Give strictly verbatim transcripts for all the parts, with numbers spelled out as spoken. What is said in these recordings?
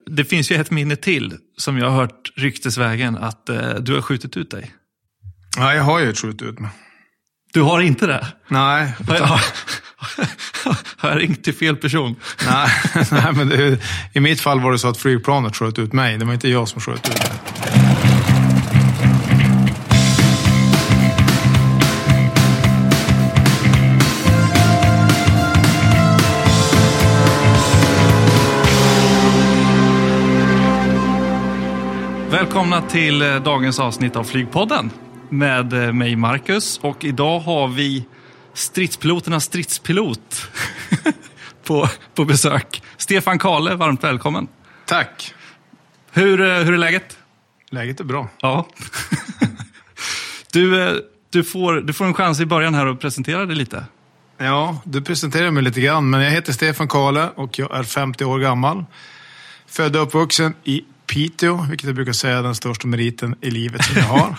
det finns ju ett minne till som jag har hört ryktesvägen att eh, du har skjutit ut dig. Ja, jag har ju skjutit ut mig. Du har inte det? Nej. Har jag, har jag ringt till fel person? Nej, nej men det, i mitt fall var det så att flygplanet sköt ut mig. Det var inte jag som sköt ut mig. Välkomna till dagens avsnitt av Flygpodden med mig Marcus, och idag har vi stridspiloternas stridspilot på, på besök. Stefan Kahle, varmt välkommen. Tack. Hur, hur är läget? Läget är bra. Ja. du, du, får, du får en chans i början här att presentera dig lite. Ja, du presenterar mig lite grann, men jag heter Stefan Kahle och jag är femtio år gammal. Född och uppvuxen i Piteå, vilket jag brukar säga är den största meriten i livet som jag har.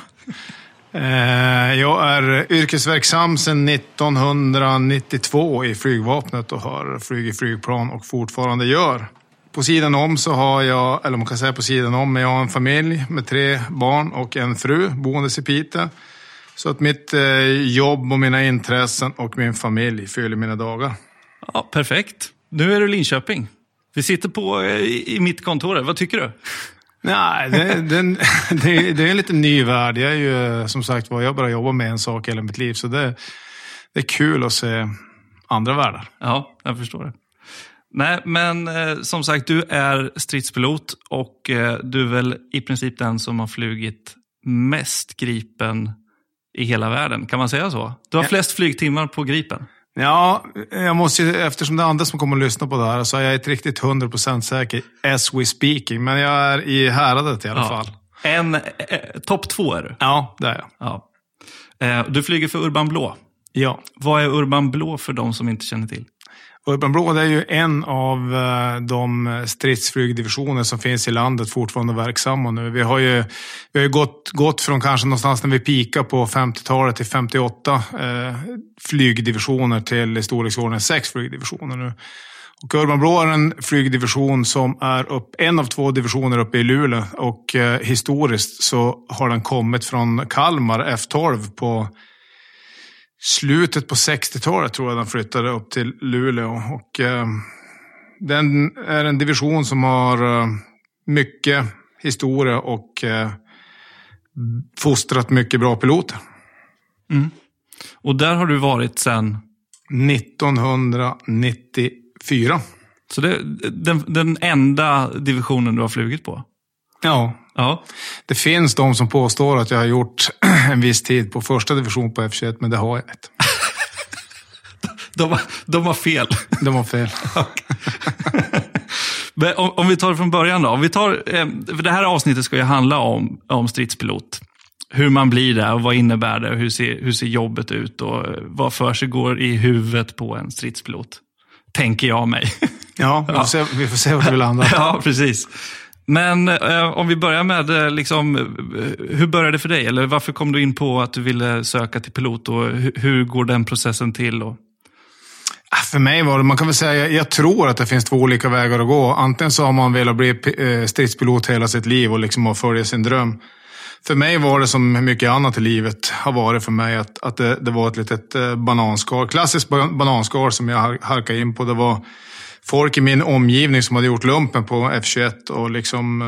Jag är yrkesverksam sedan nittonhundranittiotvå i flygvapnet och har flugit flygplan och fortfarande gör. På sidan om så har jag, eller man kan säga på sidan om, men jag har en familj med tre barn och en fru boende i Piteå. Så att mitt jobb och mina intressen och min familj fyller mina dagar. Ja, perfekt. Nu är du i Linköping. Vi sitter på i, i mitt kontor. Vad tycker du? Nej, det, det, det, det är en lite ny värld. Jag är ju, som sagt, jag bara jobbar med en sak hela mitt liv. Så det, det är kul att se andra världar. Ja, jag förstår det. Nej, men eh, som sagt, du är stridspilot och eh, du är väl i princip den som har flugit mest Gripen i hela världen. Kan man säga så? Du har ja. flest flygtimmar på Gripen. Ja, jag måste ju, eftersom det är andra som kommer att lyssna på det här, så är jag inte riktigt hundra procent säker as we speaking. Men jag är i häradet i alla ja. fall. En eh, topp två är du? Ja, det är jag. Ja. Eh, du flyger för Urban Blå. Ja. Vad är Urban Blå för de som inte känner till? Urban Blå, det är ju en av de stridsflygdivisioner som finns i landet fortfarande verksamma nu. Vi har ju, vi har ju gått, gått från kanske någonstans när vi pikar på femtiotalet till femtioåtta eh, flygdivisioner till i storleksordningen sex flygdivisioner nu. Och Urban Blå är en flygdivision som är upp, en av två divisioner uppe i Luleå, och eh, historiskt så har den kommit från Kalmar F tolv på slutet på sextiotalet, tror jag den flyttade upp till Luleå. Och eh, den är en division som har eh, mycket historia och eh, fostrat mycket bra piloter. Mm. Och där har du varit sedan? nittonhundranittiofyra. Så det är den, den enda divisionen du har flugit på? Ja. Ja. Det finns de som påstår att jag har gjort en viss tid på första division på F tjugoett, men det har jag inte. de, har, de har fel. De har fel. Men om, om vi tar det från början då. Om vi tar, för det här avsnittet ska ju handla om, om stridspilot. Hur man blir där och vad innebär det och hur ser, hur ser jobbet ut och vad för sig går i huvudet på en stridspilot. Tänker jag mig. Ja, vi får, ja. Se, vi får se vad det vill landa. Ja, precis. Men eh, om vi börjar med eh, liksom, hur började det för dig? Eller varför kom du in på att du ville söka till pilot och hur, hur går den processen till? Och... För mig var det, man kan väl säga, jag tror att det finns två olika vägar att gå. Antingen så har man velat bli stridspilot hela sitt liv och liksom följa sin dröm. För mig var det som mycket annat i livet har varit för mig att, att det, det var ett litet bananskal, klassiskt bananskal som jag halkade in på. Det var folk i min omgivning som hade gjort lumpen på F tjugoett och liksom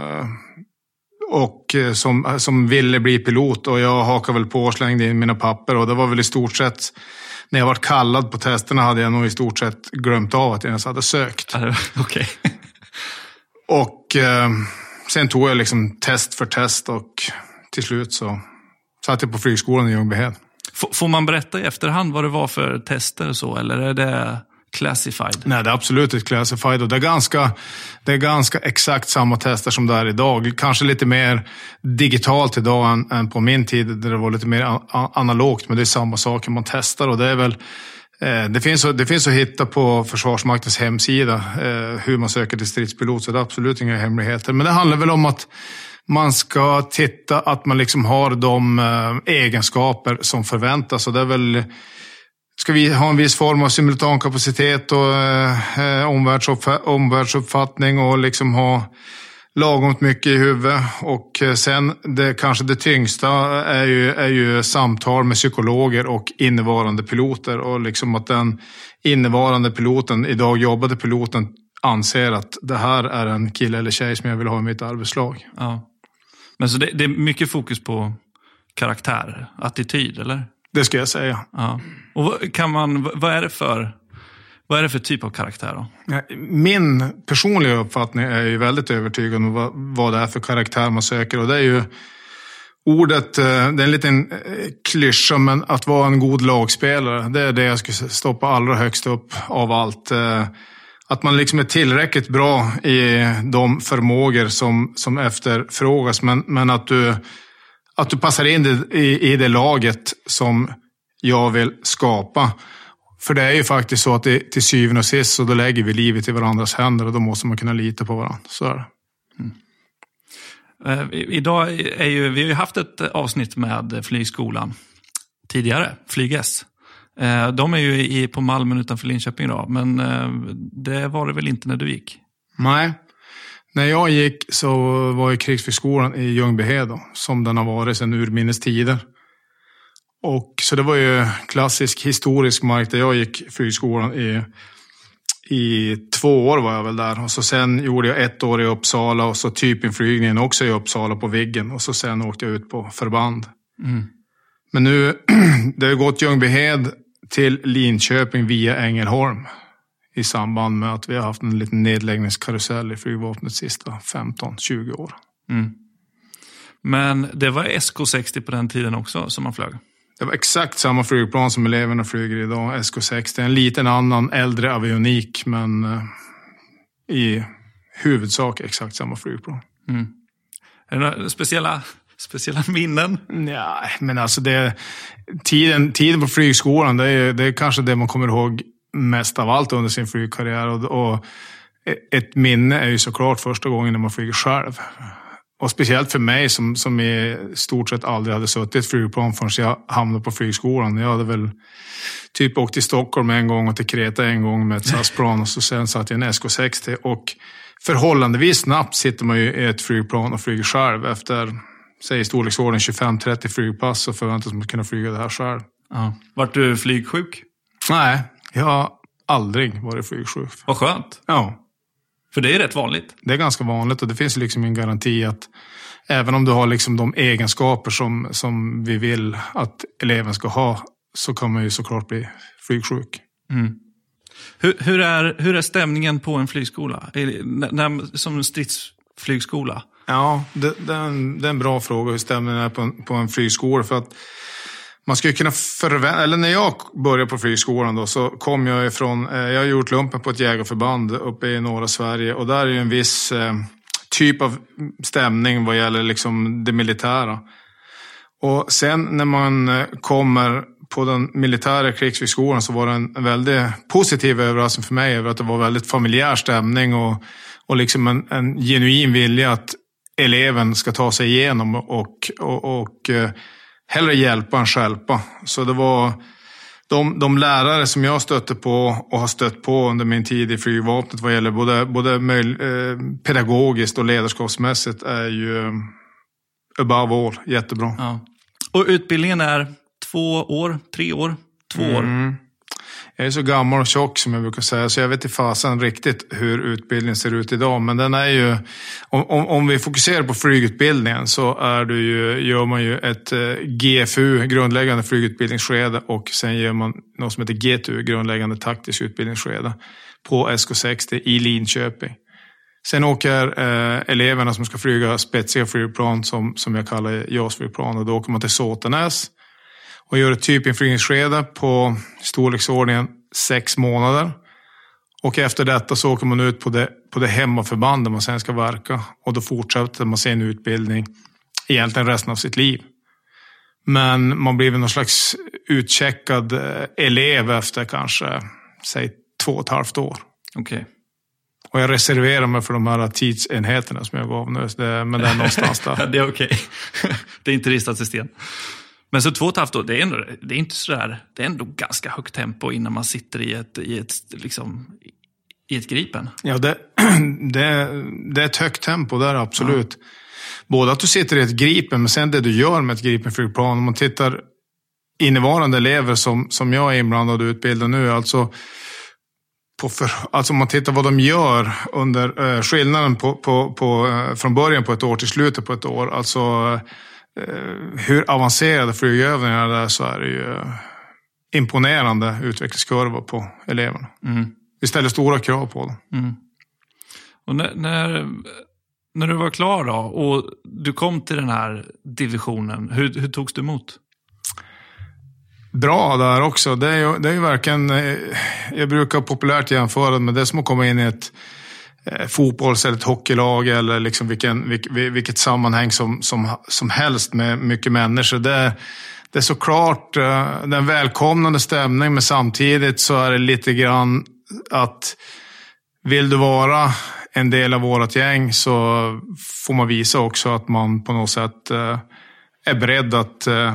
och som, som ville bli pilot, och jag hakade väl på och slängde in mina papper, och det var väl i stort sett, när jag var kallad på testerna hade jag nog i stort sett glömt av att jag ens hade sökt. Okej. Okay. Och eh, sen tog jag liksom test för test, och till slut så satt jag på flygskolan i Ljungbyhed. F- får man berätta i efterhand vad det var för tester så, eller är det classified? Nej, det är absolut ett classified, och det är ganska, det är ganska exakt samma tester som det är idag. Kanske lite mer digitalt idag än, än på min tid där det var lite mer a- analogt, men det är samma saker man testar, och det är väl eh, det, finns, det finns att hitta på Försvarsmaktens hemsida eh, hur man söker till stridspilot, så det är absolut inga hemligheter. Men det handlar väl om att man ska titta att man liksom har de eh, egenskaper som förväntas, och det är väl ska vi ha en viss form av simultankapacitet och eh, omvärldsuppf- omvärldsuppfattning och liksom ha lagom mycket i huvudet. Och sen det, kanske det tyngsta är ju, är ju samtal med psykologer och innevarande piloter. Och liksom att den innevarande piloten, idag jobbade piloten, anser att det här är en kille eller tjej som jag vill ha i mitt arbetslag. Ja. Men så det, det är mycket fokus på karaktär, attityd, eller? Det ska jag säga. Ja. Och vad, kan man, vad är det för... Vad är det för typ av karaktär då? Min personliga uppfattning är ju väldigt övertygad om vad, vad det är för karaktär man söker. Och det är ju ordet, det är en liten klyscha, men att vara en god lagspelare. Det är det jag skulle stoppa allra högst upp av allt. Att man liksom är tillräckligt bra i de förmågor som, som efterfrågas. Men, men att, du, att du passar in i, i det laget som jag vill skapa. För det är ju faktiskt så att det, till syvende och sist så då lägger vi livet i varandras händer och då måste man kunna lita på varandra. Så är det. Mm. Uh, idag är ju, vi har ju haft ett avsnitt med flygskolan tidigare, Flyg-S. Uh, de är ju i, på Malmön utanför Linköping idag, men uh, det var det väl inte när du gick? Nej, när jag gick så var ju krigsflygskolan i Ljungbyhed då, som den har varit sedan urminnes tider. Och så det var ju klassisk historisk mark där jag gick flygskolan i, i två år var jag väl där. Och så sen gjorde jag ett år i Uppsala och så typinflygningen också i Uppsala på Viggen. Och så sen åkte jag ut på förband. Mm. Men nu, det har gått Ljungbyhed till Linköping via Ängelholm. I samband med att vi har haft en liten nedläggningskarusell i flygvapnet sista femton tjugo år. Mm. Men det var S K sextio på den tiden också som man flög? Det var exakt samma flygplan som eleverna flyger idag, S K sextio. En liten annan äldre avionik, men uh, i huvudsak exakt samma flygplan. Mm. Är det några speciella, speciella minnen? Ja, men alltså det, tiden, tiden på flygskolan, det är, det är kanske det man kommer ihåg mest av allt under sin flygkarriär. Och, och ett minne är ju såklart första gången när man flyger själv. Och speciellt för mig som, som i stort sett aldrig hade suttit i ett flygplan förrän jag hamnade på flygskolan. Jag hade väl typ åkt till Stockholm en gång och till Kreta en gång med ett S A S-plan. Och så sen satt jag i en S K sextio. Och förhållandevis snabbt sitter man ju i ett flygplan och flyger själv. Efter, säg i storleksordning tjugofem trettio flygpass så förväntas man kunna flyga det här själv. Ja. Vart du flygsjuk? Nej, jag har aldrig varit flygsjuk. Vad skönt. Ja. För det är rätt vanligt. Det är ganska vanligt och det finns liksom en garanti att även om du har liksom de egenskaper som, som vi vill att eleven ska ha så kan man ju såklart bli flygsjuk. Mm. Hur, hur, är, hur är stämningen på en flygskola? Är det, när, som en stridsflygskola? Ja, det, det, är en, det är en bra fråga hur stämningen är på en, på en flygskola. För att man skulle kunna förvänta, eller när jag började på flygskolan då så kom jag ifrån, eh, jag har gjort lumpen på ett jägarförband uppe i norra Sverige och där är ju en viss eh, typ av stämning vad gäller liksom det militära. Och sen när man eh, kommer på den militära krigsflygskolan så var det en, en väldigt positiv överraskning för mig över att det var väldigt familjär stämning och, och liksom en, en genuin vilja att eleven ska ta sig igenom och, och, och eh, hellre hjälpa än stjälpa. Så det var de, de lärare som jag stötte på och har stött på under min tid i flygvapnet vad gäller både, både möj, eh, pedagogiskt och ledarskapsmässigt är ju eh, above all jättebra. Ja. Och utbildningen är två år, tre år, två år? Mm. Jag är så gammal och tjock som jag brukar säga så jag vet inte fasen riktigt hur utbildningen ser ut idag. Men den är ju, om, om, om vi fokuserar på flygutbildningen så är det ju, gör man ju ett eh, G F U, grundläggande flygutbildningsskede och sen gör man något som heter G T U, grundläggande taktisk utbildningsskede på S K sextio i Linköping. Sen åker eh, eleverna som ska flyga spetsiga flygplan som, som jag kallar J A S-flygplan och då åker man till Såtenäs. Och gör ett typinflygningsskede på storleksordningen sex månader. Och efter detta så åker man ut på det, på det hemmaförband där man sen ska verka. Och då fortsätter man sin utbildning egentligen resten av sitt liv. Men man blir väl någon slags utcheckad elev efter kanske, säg två och ett halvt år. Okej. Okay. Och jag reserverar mig för de här tidsenheterna som jag gav nu. Det, men det är någonstans där. Det är okej. Okay. Det är inte ristat system. Men så två och ett halvt år, det är, ändå, det är inte sådär, det är ändå ganska högt tempo innan man sitter i ett, i ett, liksom, i ett Gripen. Ja, det, det, det är ett högt tempo där, absolut. Ja. Både att du sitter i ett Gripen, men sen det du gör med ett Gripen-flygplan. Om man tittar innevarande elever som, som jag är inblandad och utbildar nu, alltså, på för, alltså om man tittar vad de gör under eh, skillnaden på, på, på, eh, från början på ett år till slutet på ett år, alltså eh, hur avancerade flygövningar det är, så är det ju eh, imponerande utvecklingskurva på eleverna. Mm. Vi ställer stora krav på dem. Mm. Och när, när, när du var klar då och du kom till den här divisionen, hur, hur togs du emot? Bra där också. Det är ju, det är ju verkligen, jag brukar populärt jämföra med det som att komma in i ett eh, fotbolls- eller ett hockeylag eller liksom vilken, vilk, vilket sammanhang som, som, som helst med mycket människor. Det, det är såklart eh, den välkomnande stämning, men samtidigt så är det lite grann att vill du vara en del av vårt gäng så får man visa också att man på något sätt eh, är beredd att eh,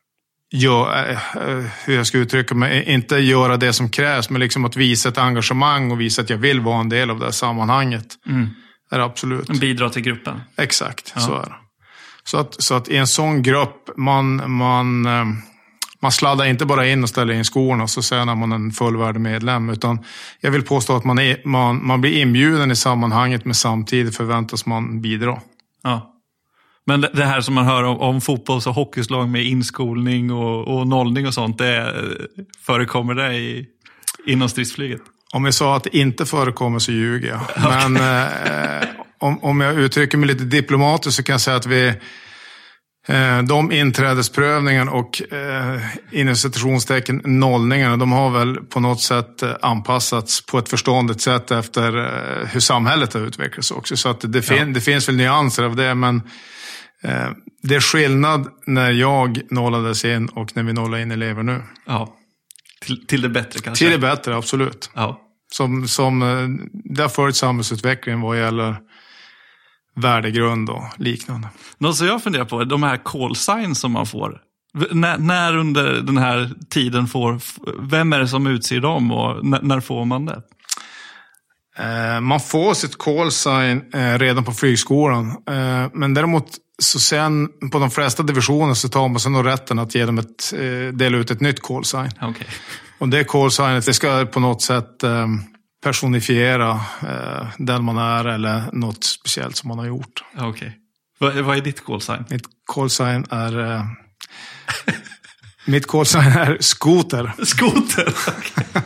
gör, hur jag ska uttrycka mig, inte göra det som krävs, men liksom att visa ett engagemang och visa att jag vill vara en del av det här sammanhanget. Mm. Är absolut. Bidra till gruppen. Exakt, ja. Så är det. Så att, så att i en sån grupp, man, man, man sladdar inte bara in och ställer in skorna och så sen är man en fullvärdig medlem, utan jag vill påstå att man, är, man, man blir inbjuden i sammanhanget, men samtidigt förväntas man bidra. Ja. Men det här som man hör om, om fotbolls- och hockeyslag med inskolning och, och nollning och sånt, det förekommer det i, inom stridsflyget? Om jag sa att det inte förekommer så ljuger jag. Okay. Men eh, om, om jag uttrycker mig lite diplomatiskt så kan jag säga att vi eh, de inträdesprövningen och eh, inom citationstecken nollningarna, de har väl på något sätt anpassats på ett förståndigt sätt efter eh, hur samhället har utvecklats också. Så att det, fin- ja. det finns väl nyanser av det, men det är skillnad när jag nollades in och när vi nollar in elever nu. Ja, till, till det bättre kanske. Till det bättre, absolut. Ja. Som, som, det har följt samhällsutvecklingen vad gäller värdegrund och liknande. Något som jag funderar på är de här call signs som man får. När, när under den här tiden får, vem är det som utser dem och när, när får man det? Man får sitt call sign redan på flygskolan, men däremot så sen på de flesta divisioner så tar man sig nog rätten att ge dem ett, dela ut ett nytt call sign. Okay. Och det call signet, det ska på något sätt personifiera den man är eller något speciellt som man har gjort. Okej. Okay. Vad, vad är ditt call sign? Mitt call sign är mitt call sign är skoter. Skoter. Okay.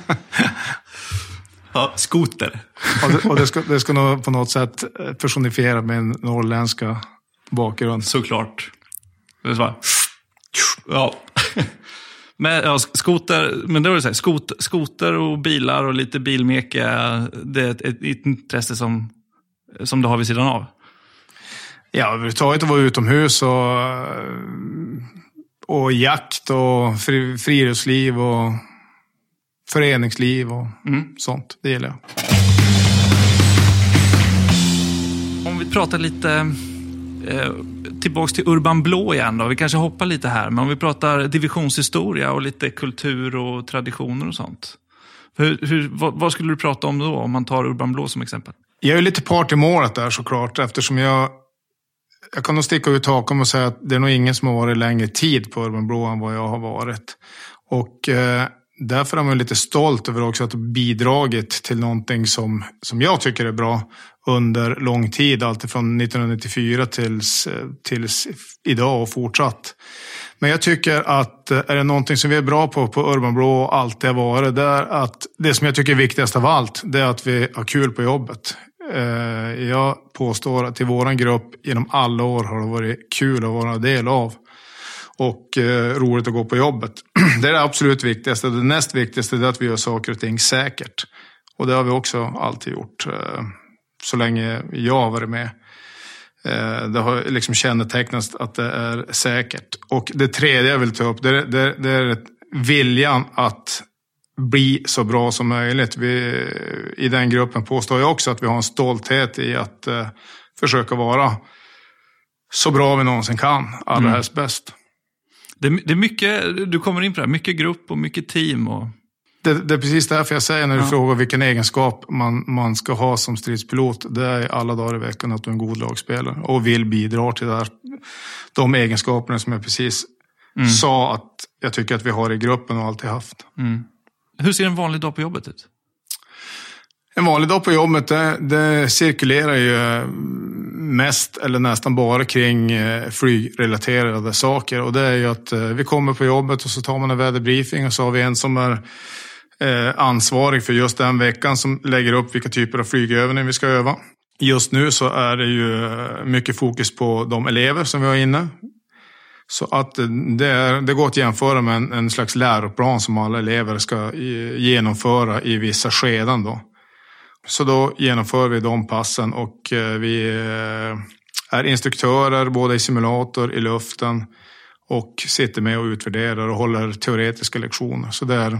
Ja, skoter. Och, det, och det, ska, det ska nog på något sätt personifiera min norrländska bakgrund. Såklart. Det var ja. Men ja, skoter, men det var det så här, skot, skoter och bilar och lite bilmeke, det är ett, ett, ett intresse som som du har vid sidan av. Ja, överhuvudtaget att vara utomhus och och jakt och fri, friluftsliv och föreningsliv och mm. sånt, det gillar jag. Om vi pratar lite eh, tillbaks till Urban Blå igen då. Vi kanske hoppar lite här, men om vi pratar divisionshistoria och lite kultur och traditioner och sånt. Hur, hur, vad, vad skulle du prata om då om man tar Urban Blå som exempel? Jag är lite part i målet där såklart, eftersom jag jag kan nog sticka ut hakan och säga att det är nog ingen som har varit längre tid på Urban Blå än vad jag har varit. Och eh, därför är man lite stolt över också att ha bidragit till någonting som, som jag tycker är bra under lång tid. Allt från nittonhundranittiofyra tills, tills idag och fortsatt. Men jag tycker att är det någonting som vi är bra på på Urban Blå och alltid har varit, det är att det som jag tycker är viktigast av allt, det är att vi har kul på jobbet. Jag påstår att i våran grupp genom alla år har det varit kul att vara en del av. Och eh, roligt att gå på jobbet. Det är det absolut viktigaste. Det näst viktigaste är att vi gör saker och ting säkert. Och det har vi också alltid gjort. Eh, så länge jag har varit med. Eh, det har liksom kännetecknats att det är säkert. Och det tredje jag vill ta upp, det är, det, det är viljan att bli så bra som möjligt. Vi, i den gruppen påstår jag också att vi har en stolthet i att eh, försöka vara så bra vi någonsin kan. Allra helst bäst. Det, det är mycket, du kommer in på det här, mycket grupp och mycket team. Och... Det, det är precis därför jag säger när du ja. frågar vilken egenskap man, man ska ha som stridspilot. Det är alla dagar i veckan att du är en god lagspelare och vill bidra till det här, de egenskaperna som jag precis mm. sa att jag tycker att vi har i gruppen och alltid haft. Mm. Hur ser en vanlig dag på jobbet ut? En vanlig dag på jobbet, det, det cirkulerar ju mest eller nästan bara kring flygrelaterade saker. Och det är ju att vi kommer på jobbet och så tar man en väderbriefing och så har vi en som är eh, ansvarig för just den veckan som lägger upp vilka typer av flygövningar vi ska öva. Just nu så är det ju mycket fokus på de elever som vi har inne. Så att det, är, det går att jämföra med en, en slags läroplan som alla elever ska genomföra i vissa skeden då. Så då genomför vi de passen och vi är instruktörer både i simulator, i luften och sitter med och utvärderar och håller teoretiska lektioner. Så det är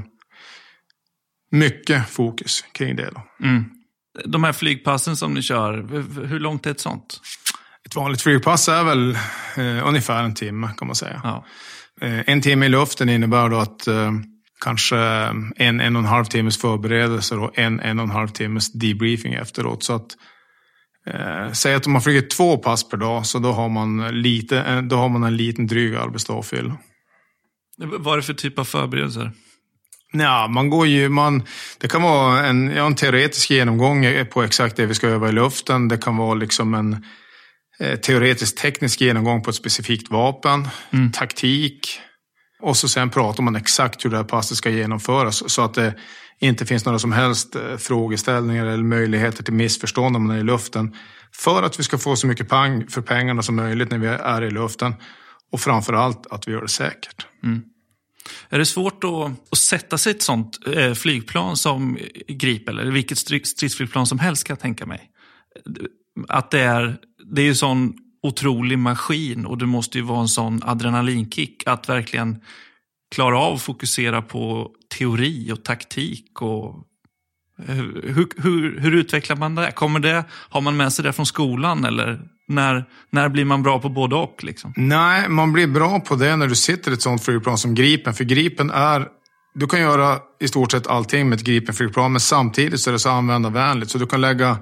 mycket fokus kring det då. Mm. De här flygpassen som ni kör, hur långt är ett sånt? Ett vanligt flygpass är väl eh, ungefär en timme kan man säga. Ja. Eh, en timme i luften innebär då att eh, kanske en, en och en halv timmes förberedelser och en, en och en halv timmes debriefing efteråt. Så att eh, säg att om man flyger två pass per dag så då har man, lite, då har man en liten dryg arbetsdag att fylla. Vad är det för typ av förberedelser? Ja, man går ju, man, det kan vara en, ja, en teoretisk genomgång på exakt det vi ska öva i luften. Det kan vara liksom en eh, teoretisk teknisk genomgång på ett specifikt vapen, mm. taktik. Och så sen pratar man exakt hur det här passet ska genomföras så att det inte finns några som helst frågeställningar eller möjligheter till missförstånd när man är i luften. För att vi ska få så mycket pang för pengarna som möjligt när vi är i luften. Och framförallt att vi gör det säkert. Mm. Är det svårt att, att sätta sig ett sånt eh, flygplan som Gripen eller vilket stridsflygplan som helst kan jag tänka mig? Att det är, det är ju sån otrolig maskin och det måste ju vara en sån adrenalinkick att verkligen klara av att fokusera på teori och taktik och hur, hur, hur utvecklar man det? Kommer det, har man med sig det från skolan eller när, när blir man bra på både och liksom? Nej, man blir bra på det när du sitter i ett sånt flygplan som Gripen, för Gripen är, du kan göra i stort sett allting med ett Gripen-flygplan men samtidigt så är det så användarvänligt så du kan lägga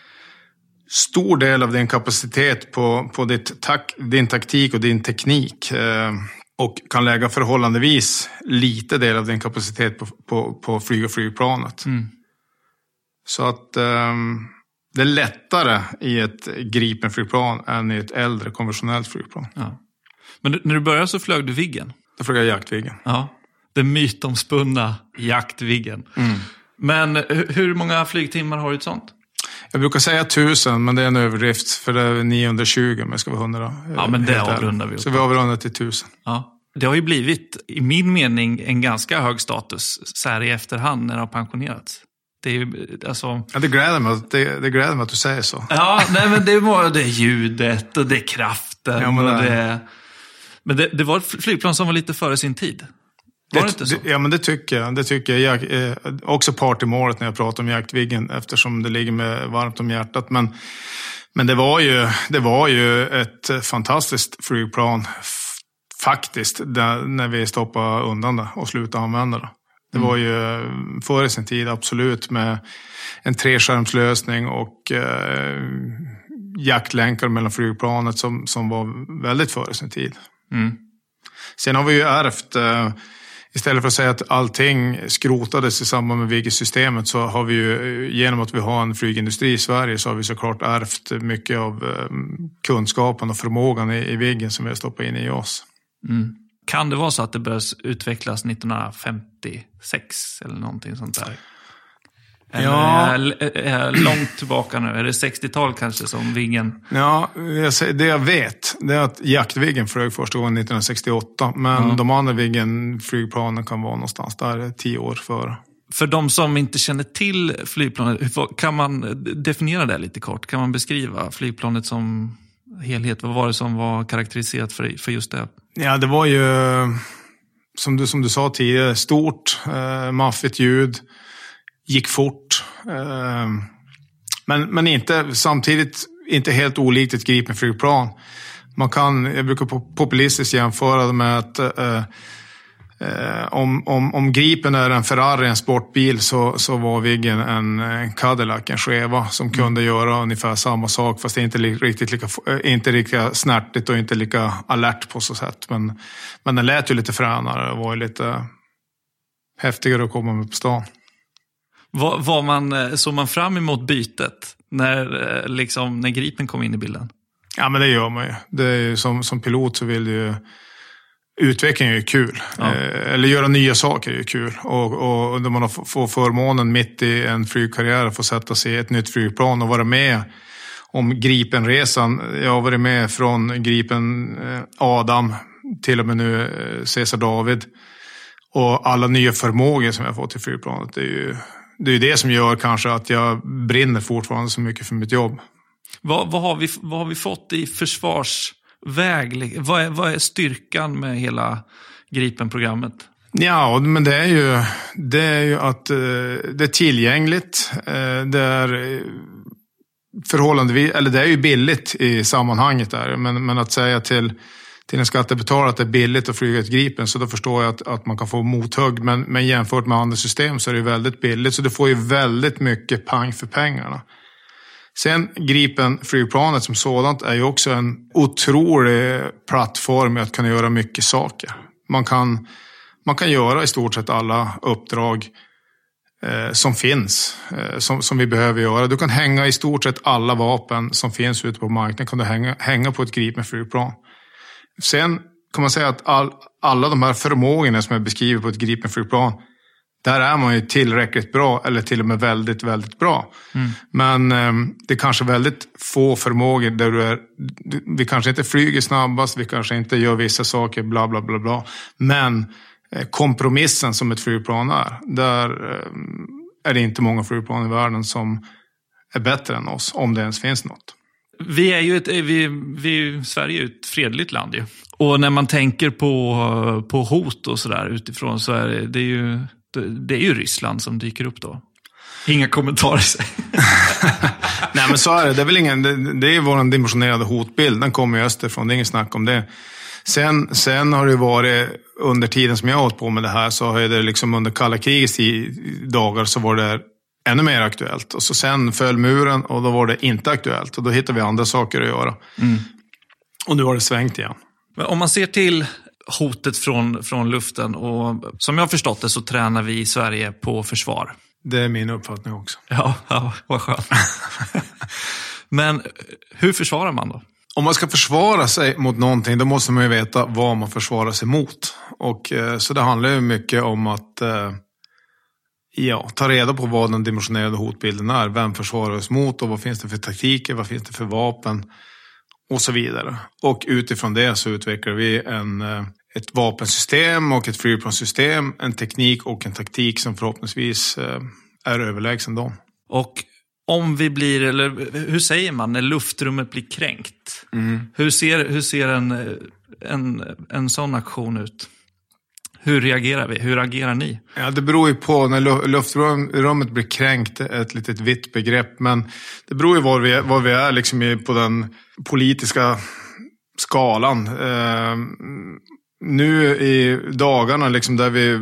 stor del av din kapacitet på, på ditt tak, din taktik och din teknik eh, och kan lägga förhållandevis lite del av din kapacitet på, på, på flyg och flygplanet. Mm. Så att eh, det är lättare i ett Gripen-flygplan än i ett äldre konventionellt flygplan. Ja. Men när du började så flög du Viggen? Då flög jag Jaktviggen. Ja, den mytomspunna Jaktviggen. Mm. Men hur många flygtimmar har du ett sånt? Jag brukar säga tusen, men det är en överdrift för det är niohundratjugo, men det ska vara hundra. Ja, men det avrundar vi. Så vi avrundar till tusen. Ja. Det har ju blivit, i min mening, en ganska hög status så här i efterhand när det har pensionerats. Det är ju, alltså... Ja, det gläder mig, det, det gläder mig att du säger så. Ja, nej, men det var det ljudet och det är kraften. Ja, men, och det, men det, det var ett flygplan som var lite före sin tid. Var det, det inte så? Det, ja, men det tycker jag. Det tycker jag. jag eh, också part i målet när jag pratar om Jaktviggen eftersom det ligger med varmt om hjärtat. Men, men det var ju, det var ju ett fantastiskt flygplan f- faktiskt där, när vi stoppade undan det och slutade använda det. Det mm. var ju före sin tid absolut med en treskärmslösning och eh, jaktlänkar mellan flygplanet som, som var väldigt före sin tid. Mm. Sen har vi ju ärvt... Eh, Istället för att säga att allting skrotades i samband med Viggen-systemet så har vi ju, genom att vi har en flygindustri i Sverige så har vi såklart ärvt mycket av kunskapen och förmågan i, i Viggen som vi har stoppat in i oss. Mm. Kan det vara så att det började utvecklas nittonhundrafemtiosex eller någonting sånt där? Eller ja. är, är långt tillbaka nu? Är det sextiotal kanske som Viggen? Ja, jag säger, det jag vet det är att Jaktviggen flög första gången nittonhundrasextioåtta. Men mm. de andra Viggen-flygplanen kan vara någonstans där tio år före. För de som inte känner till flygplanet, kan man definiera det lite kort? Kan man beskriva flygplanet som helhet? Vad var det som var karaktäriserat för, för just det? Ja, det var ju som du, som du sa tidigare, stort, eh, maffigt ljud. Gick fort. Men, men inte, samtidigt inte helt olikt ett Gripen-flygplan. Man kan, jag brukar populistiskt jämföra det med att eh, eh, om, om, om Gripen är en Ferrari, en sportbil, så, så var Viggen en, en Cadillac, en Cheva som mm. kunde göra ungefär samma sak, fast det är inte li, riktigt lika, inte lika snärtigt och inte lika alert på så sätt. Men, men den lät ju lite fränare och var ju lite häftigare att komma med på stan. Var, var man, såg man fram emot bytet när, liksom, när Gripen kom in i bilden? Ja, men det gör man ju. Det är ju som, som pilot så vill ju utveckling är ju kul. Ja. Eh, eller göra nya saker är ju kul. Och, och när man får förmånen mitt i en flygkarriär att få sätta sig i ett nytt flygplan och vara med om Gripenresan. Jag har varit med från Gripen eh, Adam till och med nu eh, Cesar David. Och alla nya förmågor som jag har fått i flygplanet. Det är ju det, är ju det som gör kanske att jag brinner fortfarande så mycket för mitt jobb. Vad, vad, har vi, vad har vi fått i försvarsväg? Vad är, vad är styrkan med hela Gripen-programmet? Ja, men det är ju, det är ju att eh, det är tillgängligt. Eh, det är förhållandevis, eller det är ju billigt i sammanhanget där. Men, men att säga till, till en skattebetalare att det är billigt att flyga ett Gripen, så då förstår jag att, att man kan få mothugg. Men, men jämfört med andra system så är det väldigt billigt. Så du får ju väldigt mycket pang för pengarna. Sen Gripen flygplanet som sådant är ju också en otrolig plattform att kunna göra mycket saker. Man kan, man kan göra i stort sett alla uppdrag eh, som finns, eh, som, som vi behöver göra. Du kan hänga i stort sett alla vapen som finns ute på marknaden, kan du hänga, hänga på ett Gripen flygplan. Sen kan man säga att all, alla de här förmågorna som jag beskriver på ett Gripen flygplan, där är man ju tillräckligt bra eller till och med väldigt, väldigt bra. Mm. Men eh, det är kanske väldigt få förmågor där du är, vi kanske inte flyger snabbast, vi kanske inte gör vissa saker, bla bla bla bla. Men eh, kompromissen som ett flygplan är, där eh, är det inte många flygplan i världen som är bättre än oss, om det ens finns något. Vi är ju ett, vi, vi, Sverige är ett fredligt land ju. Och när man tänker på, på hot och sådär utifrån, så är det, det är ju det är ju Ryssland som dyker upp då. Inga kommentarer. Nej, men så är det. Det är väl ingen, det, det är vår dimensionerade hotbild. Den kommer ju österifrån, det är ingen snack om det. Sen, sen har det varit, under tiden som jag har hållit på med det här, så har det liksom under kalla krigets dagar så var det ännu mer aktuellt. Och så sen föll muren och då var det inte aktuellt. Och då hittar vi andra saker att göra. Mm. Och nu har det svängt igen. Men om man ser till hotet från, från luften, och som jag har förstått det så tränar vi i Sverige på försvar. Det är min uppfattning också. Ja, ja, vad skönt. Men hur försvarar man då? Om man ska försvara sig mot någonting, då måste man ju veta vad man försvarar sig mot. Och eh, så det handlar ju mycket om att eh, ja, ta reda på vad den dimensionerade hotbilden är. Vem försvarar oss mot och vad finns det för taktiker, vad finns det för vapen och så vidare. Och utifrån det så utvecklar vi en, ett vapensystem och ett flygplanssystem, en teknik och en taktik som förhoppningsvis är överlägsen dem. Och om vi blir, eller hur säger man, när luftrummet blir kränkt? Mm. Hur ser, hur ser en, en, en sån aktion ut? Hur reagerar vi? Hur agerar ni? Ja, det beror ju på. När luftrummet blir kränkt, ett litet vitt begrepp. Men det beror ju var vi är, var vi är liksom på den politiska skalan. Eh, nu i dagarna liksom där vi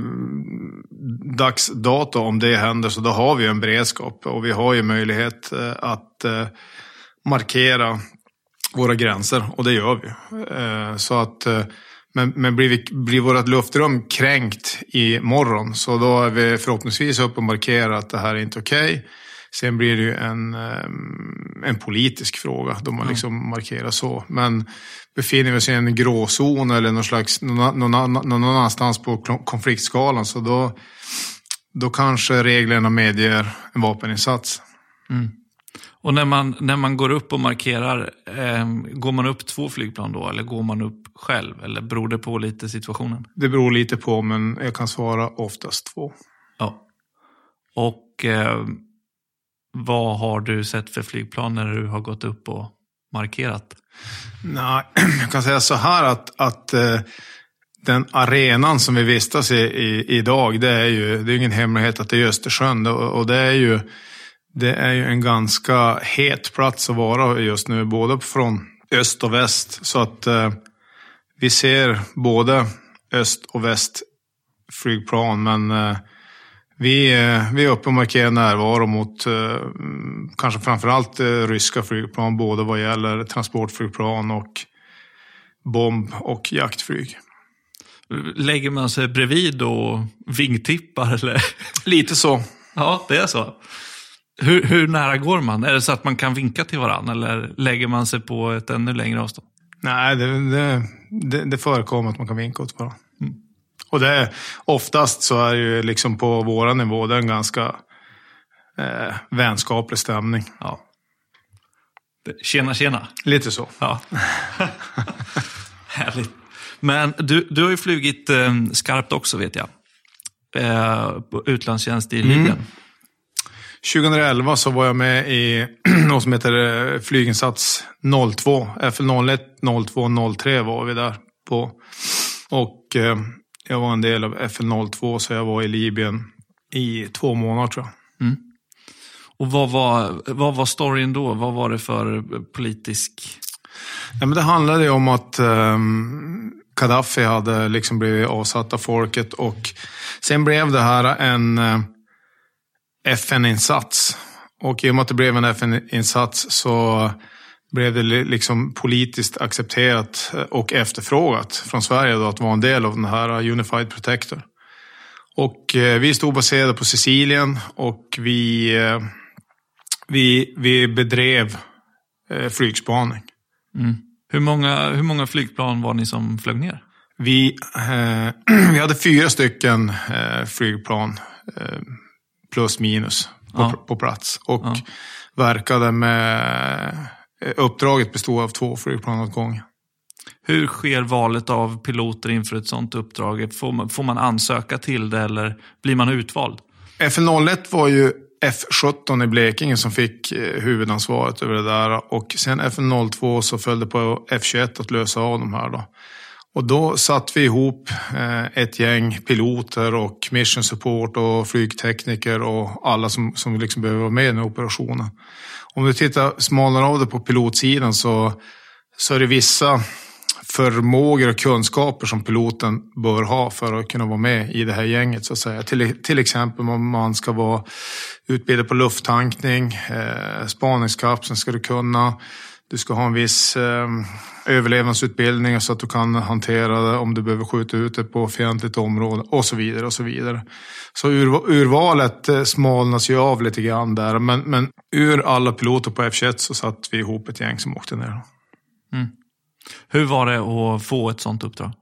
dagsdato, om det händer, så då har vi en beredskap. Och vi har ju möjlighet eh, att eh, markera våra gränser. Och det gör vi. Eh, så att... Eh, Men, men blir, vi, blir vårt luftrum kränkt i morgon, så då är vi förhoppningsvis upp och markerar att det här är inte okej. Okay. Sen blir det ju en, en politisk fråga då man liksom markerar så. Men befinner vi oss i en gråzon eller någon slags, någon, någon, någon annanstans på konfliktskalan, så då, då kanske reglerna medger en vapeninsats. Mm. Och när man, när man går upp och markerar, eh, går man upp två flygplan då, eller går man upp själv? Eller beror det på lite situationen? Det beror lite på, men jag kan svara oftast två. Ja. Och eh, vad har du sett för flygplan när du har gått upp och markerat? Nej, jag kan säga så här att, att eh, den arenan som vi vistas i, i idag, det är ju det är ingen hemlighet att det är Östersjön. Och, och det är ju Det är ju en ganska het plats att vara just nu, både från öst och väst. Så att eh, vi ser både öst och väst flygplan, men eh, vi, eh, vi är uppe och markerar närvaro mot eh, kanske framförallt eh, ryska flygplan, både vad gäller transportflygplan och bomb- och jaktflyg. Lägger man sig bredvid och vingtippar eller? Lite så. Ja, det är så. Hur, hur nära går man? Är det så att man kan vinka till varandra eller lägger man sig på ett ännu längre avstånd? Nej, det, det, det, det förekommer att man kan vinka åt varandra. Mm. Och det är, oftast så är det ju liksom på våra nivå, det är en ganska eh, vänskaplig stämning. Ja. Tjena, tjena. Lite så. Ja. Härligt. Men du, du har ju flugit eh, skarpt också, vet jag. Eh, på utlandstjänst i Libyen. Mm. tjugoelva så var jag med i något som heter flyginsats noll två. F L noll ett, noll två, noll tre var vi där på. Och eh, jag var en del av F L noll två, så jag var i Libyen i två månader tror jag. Mm. Och vad var, vad var storyn då? Vad var det för politisk... Ja, men det handlade ju om att eh, Gaddafi hade liksom blivit avsatt av folket, och sen blev det här en eh, F N-insats. Och i och med att det blev en F N-insats så blev det liksom politiskt accepterat och efterfrågat från Sverige då att vara en del av den här Unified Protector. Och eh, vi stod baserade på Sicilien, och vi, eh, vi, vi bedrev eh, flygspaning. Mm. Hur många, hur många flygplan var ni som flög ner? Vi, eh, vi hade fyra stycken eh, flygplan eh, plus minus på, ja. på plats. Och ja. verkade med... Uppdraget bestod av två flygplan åt gången. Hur sker valet av piloter inför ett sådant uppdrag? Får man, får man ansöka till det eller blir man utvald? F L noll ett var ju F sjutton i Blekinge som fick huvudansvaret över det där. Och sen F L noll två så följde på F tjugoett att lösa av de här då. Och då satt vi ihop ett gäng piloter och mission support och flygtekniker och alla som, som liksom behöver vara med i den här operationen. Om du tittar smalare av det på pilotsidan så, så är det vissa förmågor och kunskaper som piloten bör ha för att kunna vara med i det här gänget så att säga. Till, till exempel om man ska vara utbildad på lufttankning, eh, spaningskapseln ska du kunna. Du ska ha en viss eh, överlevnadsutbildning så att du kan hantera det om du behöver skjuta ut det på fientligt område och så vidare och så vidare. Så ur, urvalet eh, smalnas ju av lite grann där. Men, men ur alla piloter på F tjugoett så satt vi ihop ett gäng som åkte ner. Mm. Hur var det att få ett sånt uppdrag?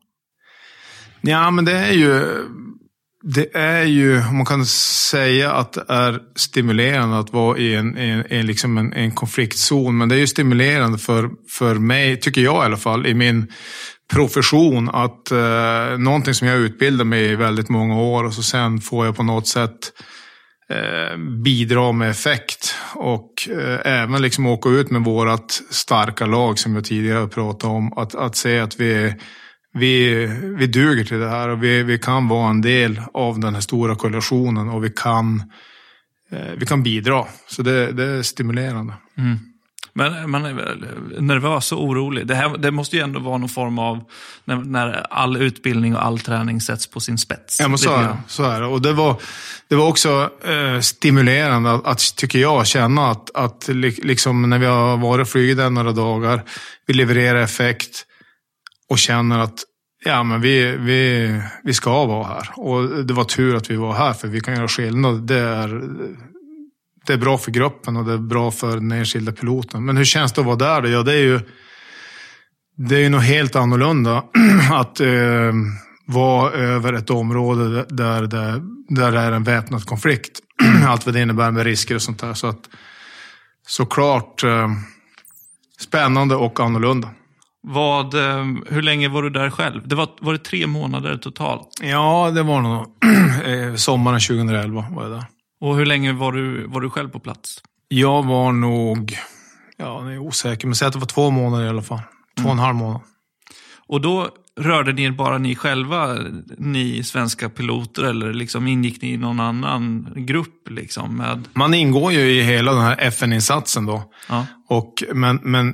Ja, men det är ju... Det är ju, man kan säga att det är stimulerande att vara i en, en, en, liksom en, en konfliktzon. Men det är ju stimulerande för, för mig, tycker jag i alla fall, i min profession. Att eh, någonting som jag utbildar mig i väldigt många år och så sen får jag på något sätt eh, bidra med effekt. Och eh, även liksom åka ut med vårat starka lag som jag tidigare pratade om. Att, att se att vi Vi, vi duger till det här och vi, vi kan vara en del av den här stora koalitionen och vi kan, eh, vi kan bidra. Så det, det är stimulerande. Mm. Men man är väl nervös och orolig. Det, här, det måste ju ändå vara någon form av när, när all utbildning och all träning sätts på sin spets. Ja, men så, är, så är det. Och det var, det var också eh, stimulerande att, att, tycker jag, känna att, att liksom när vi har varit och flugit där några dagar, vi levererar effekt och känner att ja, men vi, vi, vi ska vara här. Och det var tur att vi var här för vi kan göra skillnad. Det är, det är bra för gruppen och det är bra för den enskilda piloten. Men hur känns det att vara där? Ja, det är ju det är ju något helt annorlunda att eh, vara över ett område där, där, där det är en väpnad konflikt. Allt vad det innebär med risker och sånt där. Så att såklart eh, spännande och annorlunda. Vad, hur länge var du där själv? Det var, var det tre månader totalt? Ja, det var nog sommaren tjugoelva var jag där. Och hur länge var du, var du själv på plats? Jag var nog, ja, jag är osäker, men säg att det var två månader i alla fall. Två och en halv månad. Och då rörde ni bara ni själva, ni svenska piloter, eller liksom ingick ni i någon annan grupp liksom med... Man ingår ju i hela den här F N-insatsen då. Ja. Och, men, men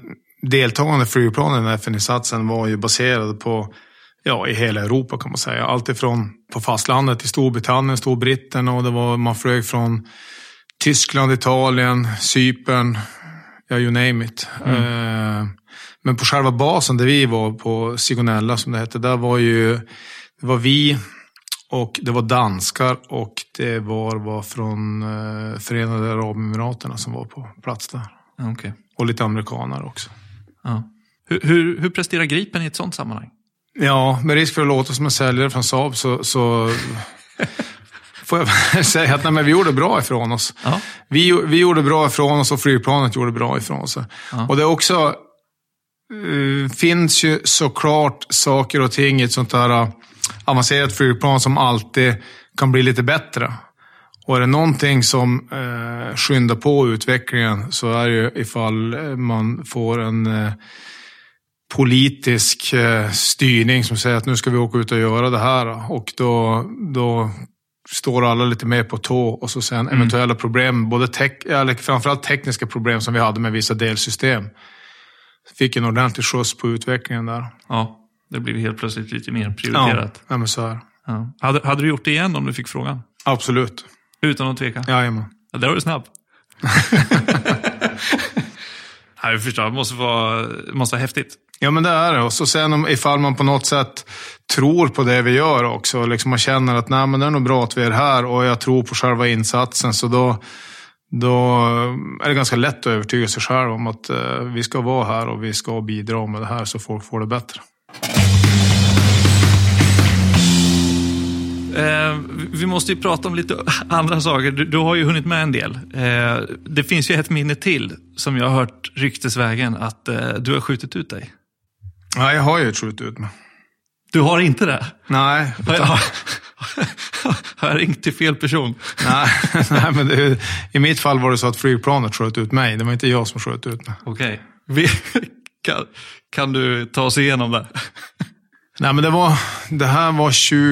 deltagande flygplanen i den här F N-insatsen var ju baserade på, ja, i hela Europa kan man säga. Allt ifrån på fastlandet i Storbritannien, Storbritannien, och det var, man flög från Tyskland, Italien, Cypern, ja, you name it. Mm. Eh, men på själva basen där vi var, på Sigonella som det hette, där var ju, det var vi och det var danskar och det var, var från eh, Förenade Arabemiraterna som var på plats där. Okay. Och lite amerikaner också. Ja. Hur, hur, hur presterar Gripen i ett sånt sammanhang? Ja, med risk för att låta som en säljare från Saab så, så får jag säga att nej, men vi gjorde bra ifrån oss. Ja. Vi, vi gjorde bra ifrån oss och flygplanet gjorde bra ifrån sig. Ja. Och det också uh, finns ju såklart saker och ting i ett sånt här uh, avancerat flygplan som alltid kan bli lite bättre. Och är det någonting som uh, skyndar på utvecklingen så är det ju ifall man får en uh, politisk uh, styrning som säger att nu ska vi åka ut och göra det här. Och då, då står alla lite mer på tå och så sen eventuella mm. problem, både tek- eller framförallt tekniska problem som vi hade med vissa delsystem. Fick en ordentlig skjuts på utvecklingen där. Ja, det blev helt plötsligt lite mer prioriterat. Ja, men så här. Ja. Hade, hade du gjort det igen om du fick frågan? Absolut. Utan att tveka? Jajamän. Ja, där var du snabb. Ja, jag förstår, det måste vara, måste vara häftigt. Ja, men det är det. Och så sen om, ifall man på något sätt tror på det vi gör också. Liksom man känner att nej, men det är nog bra att vi är här och jag tror på själva insatsen. Så då, då är det ganska lätt att övertyga sig själv om att eh, vi ska vara här och vi ska bidra med det här så folk får det bättre. Eh, vi måste ju prata om lite andra saker. Du, du har ju hunnit med en del. Eh, det finns ju ett minne till som jag har hört ryktesvägen att eh, du har skjutit ut dig. Ja, jag har ju skjutit ut mig. Du har inte det? Nej. Har jag, har jag ringt till fel person? nej, nej, men det, i mitt fall var det så att flygplanet sköt ut mig. Det var inte jag som sköt ut mig. Okej. Okay. Kan, kan du ta oss igenom det? Nej, men det var, det här var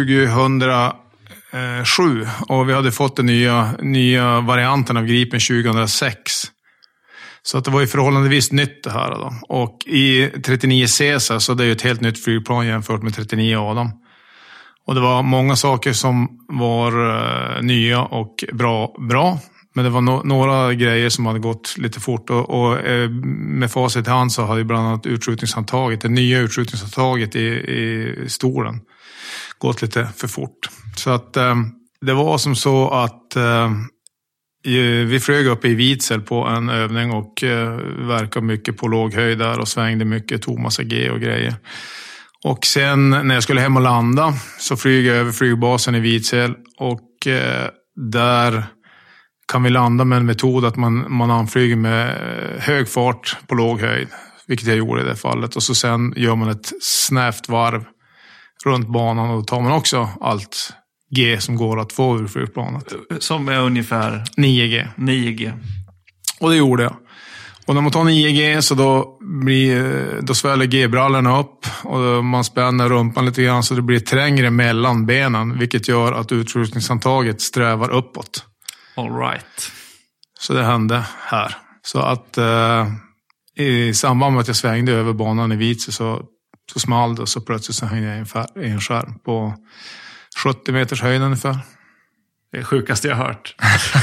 tjugohundrasju och vi hade fått den nya, nya varianten av Gripen tjugohundrasex. Så att det var ju förhållandevis nytt det här då. Och i trettionio Caesar så det är ju ett helt nytt flygplan jämfört med trettionio Adam. Och det var många saker som var uh, nya och bra, bra. Men det var no- några grejer som hade gått lite fort och, och eh, med facit i hand så hade ju bland annat utskjutningshandtaget, det nya utskjutningshandtaget i, i stolen gått lite för fort. Så att eh, det var som så att eh, vi flög upp i Vidsel på en övning och eh, verkade mycket på låg höjd där och svängde mycket, tog massa G och grejer. Och sen när jag skulle hem och landa så flyger jag över flygbasen i Vidsel och eh, där kan vi landa med en metod att man, man anflyger med hög fart på låg höjd, vilket jag gjorde i det fallet. Och så sen gör man ett snävt varv runt banan och då tar man också allt G som går att få ur flygplanet. Som är ungefär nio G. nio G. Och det gjorde jag. Och när man tar nio G så då, blir, då sväller G-brallorna upp och man spänner rumpan lite grann så det blir trängre mellan benen, vilket gör att utskjutningshandtaget strävar uppåt. All right. Så det hände här. Så att eh, i samband med att jag svängde över banan i Vidsel så, så small det och så plötsligt så hängde jag i en, fär, i en skärm på sjuttio meters höjd ungefär. Det är sjukaste jag hört.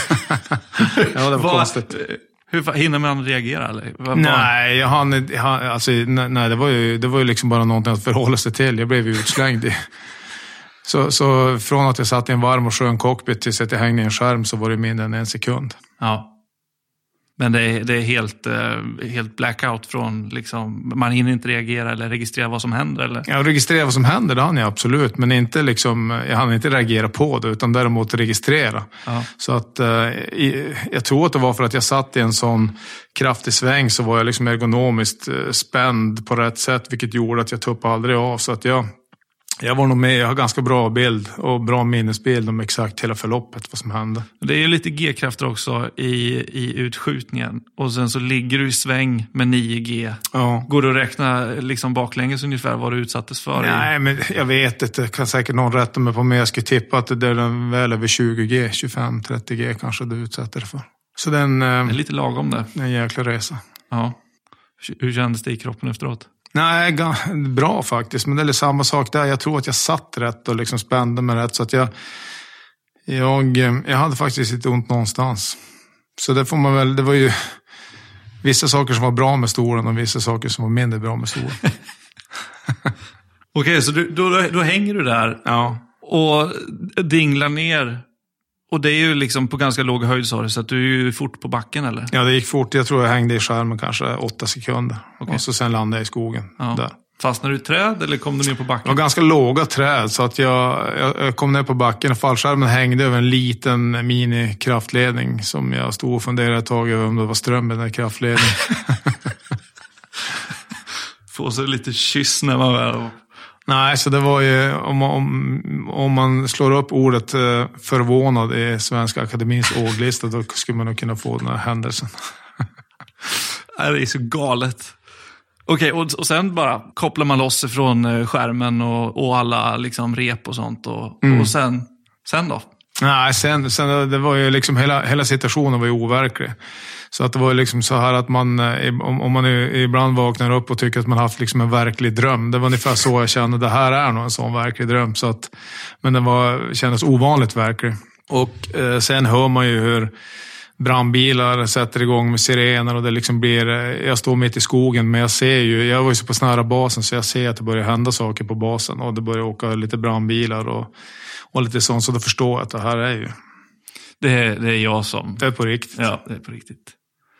Ja, det var Vad, konstigt. Hur hinner man reagera? Eller? Vad, nej, jag hann, jag hann, alltså, nej, det var ju, det var ju liksom bara någonting att förhålla sig till. Jag blev ju utslängd i. Så, så från att jag satt i en varm och skön cockpit tills att jag hängde i en skärm så var det mindre än en sekund. Ja. Men det är, det är helt, helt blackout från, liksom, man hinner inte reagera eller registrera vad som händer? Eller? Ja, registrera vad som händer, det hann jag absolut. Men inte liksom, jag hann inte reagera på det utan däremot registrera. Ja. Så att jag tror att det var för att jag satt i en sån kraftig sväng så var jag liksom ergonomiskt spänd på rätt sätt. Vilket gjorde att jag tuppade aldrig av. Så att jag... Jag var nog med, jag har ganska bra bild och bra minnesbild om exakt hela förloppet, vad som hände. Det är ju lite G-krafter också i, i utskjutningen. Och sen så ligger du i sväng med nio G. Ja. Går du att räkna liksom baklänges ungefär vad du utsattes för? Nej, men jag vet inte. Kan säkert någon rätta mig på mig. Jag skulle tippa att det är väl över tjugo G, tjugofem trettio G kanske du utsätter det för. Så den... Det är lite lagom det. En jäkla resa. Ja. Hur kändes det i kroppen efteråt? Nej, bra faktiskt. Men det är samma sak där. Jag tror att jag satt rätt och liksom spände mig rätt. Så att jag, jag, jag hade faktiskt inte ont någonstans. Så det får man väl, det var ju vissa saker som var bra med stolen och vissa saker som var mindre bra med stolen. Okej, okay, så du, då, då hänger du där ja. och dinglar ner. Och det är ju liksom på ganska låg höjd, så att du är ju fort på backen, eller? Ja, det gick fort. Jag tror jag hängde i skärmen kanske åtta sekunder. Okay. Och så sen landade jag i skogen. Ja. Där. Fastnade du i träd eller kom du ner på backen? Det var ganska låga träd, så att jag, jag kom ner på backen och fallskärmen hängde över en liten mini-kraftledning som jag stod och funderade ett tag över om det var ström i den här kraftledningen. Få så lite kyss när man väl... Nej, så det var ju, om, om, om man slår upp ordet eh, förvånad i Svenska Akademins ordlista, då skulle man nog kunna få den här händelsen. Det är så galet. Okej, och, och sen bara kopplar man loss ifrån skärmen och, och alla liksom rep och sånt. Och, mm. och sen, sen då? Nej, sen, sen det var ju liksom hela, hela situationen var ju overklig. Så att det var liksom så här att man, om, om man ibland vaknar upp och tycker att man haft liksom en verklig dröm. Det var ungefär så jag kände, det här är nog en sån verklig dröm. Så att, men det var, kändes ovanligt verklig. Och eh, sen hör man ju hur brandbilar sätter igång med sirener och det liksom blir, jag står mitt i skogen men jag ser ju, jag var ju så på nära basen så jag ser att det börjar hända saker på basen och det börjar åka lite brandbilar och, och lite sånt, så då förstår jag att det här är ju det är, det är jag som det är på riktigt. Ja, det är på riktigt.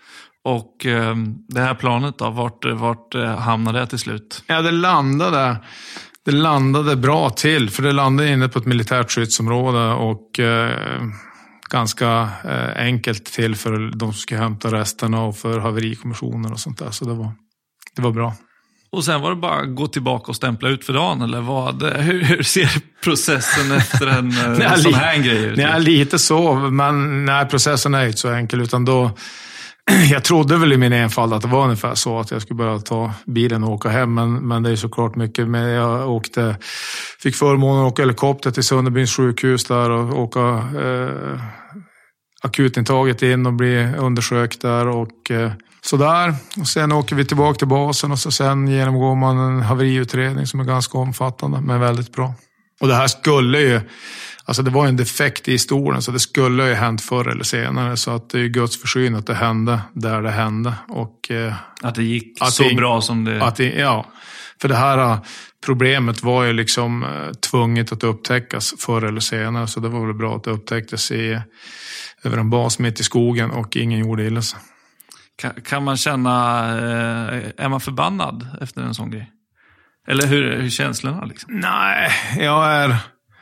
Och eh, det här planet då, vart, vart hamnade det till slut? Ja, det landade det landade bra till, för det landade inne på ett militärt skyddsområde och eh, ganska eh, enkelt till för de som ska hämta resterna och för haverikommissioner och sånt där. Så det var, det var bra. Och sen var det bara att gå tillbaka och stämpla ut för dagen, eller vad? Hur, hur ser processen efter en nej, sån här li- grej ut? Nej, lite så, men nej, processen är inte så enkel, utan då jag trodde väl i min enfald att det var ungefär så att jag skulle börja ta bilen och åka hem, men, men det är såklart mycket. Men jag åkte, fick förmånen att åka helikopter till Sunderbyns sjukhus där och åka eh, akutintaget in och bli undersökt där och eh, sådär. Och sen åker vi tillbaka till basen och så sen genomgår man en haveriutredning som är ganska omfattande men väldigt bra. Och det här skulle ju, alltså det var en defekt i historien så det skulle ju hänt förr eller senare, så att det är ju Guds försyn att det hände där det hände. Och, eh, att det gick så det, bra som det... Att det... Ja, för det här problemet var ju liksom eh, tvunget att upptäckas förr eller senare, så det var väl bra att det upptäcktes i, över en bas mitt i skogen och ingen gjorde illa sig. Kan, kan man känna, eh, är man förbannad efter en sån grej? Eller hur, hur känslorna liksom? Nej, jag är...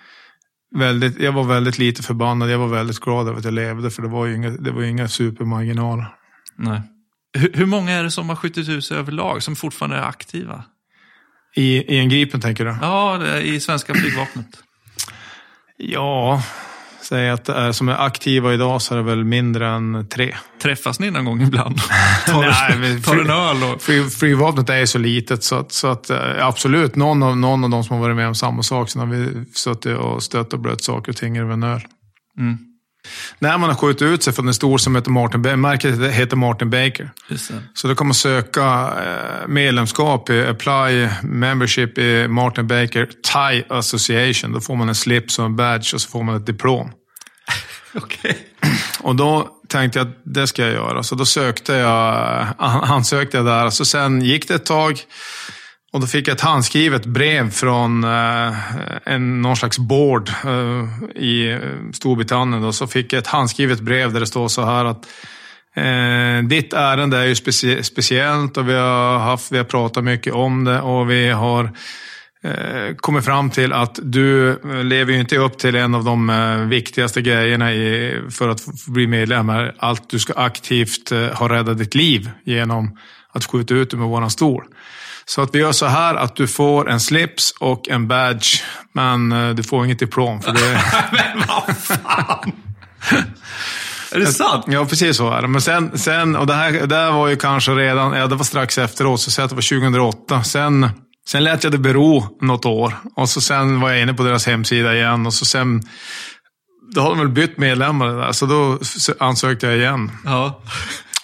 Väldigt, jag var väldigt lite förbannad. Jag var väldigt glad över att jag levde, för det var ju inga, det var inga supermarginaler. Nej. Hur, hur många är det som har skjutit ut sig överlag som fortfarande är aktiva? I, i en Gripen tänker du? Ja, i svenska flygvapnet. Ja, säg att det är, som är aktiva idag så är det väl mindre än tre. Träffas ni någon gång ibland? tar, Nej, men tar en öl och... fly, flygvapnet är så litet så att, så att absolut, någon av, någon av de som har varit med om samma sak, så när vi suttit och stött och blött saker och ting över en öl. Mm. När man har skjutit ut sig från en stor som heter Martin Baker, märket heter Martin Baker. Så då kan man söka medlemskap i Apply Membership i Martin Baker Thai Association. Då får man en slips och en badge och så får man ett diplom. Okej. Okay. Och då tänkte jag att det ska jag göra. Så då sökte jag, ansökte jag där. Så sen gick det ett tag. Och då fick jag ett handskrivet brev från eh, en, någon slags board eh, i Storbritannien. Och så fick jag ett handskrivet brev där det står så här att eh, ditt ärende är ju specie- speciellt och vi har, haft, vi har pratat mycket om det och vi har eh, kommit fram till att du lever ju inte upp till en av de eh, viktigaste grejerna i, för att f- bli medlem här. Allt du ska aktivt eh, ha räddat ditt liv genom att skjuta ut med våran stol. Så att vi gör så här att du får en slips och en badge, men du får inget diplom för det. Men vad fan? Är det sant? Ja, precis så är det. Men sen, sen och det här, det här var ju kanske redan, ja det var strax efteråt, så att det var tjugohundraåtta. Sen, sen lät jag det bero något år och så sen var jag inne på deras hemsida igen och så sen, då har de väl bytt medlemmar där, så då ansökte jag igen. Ja.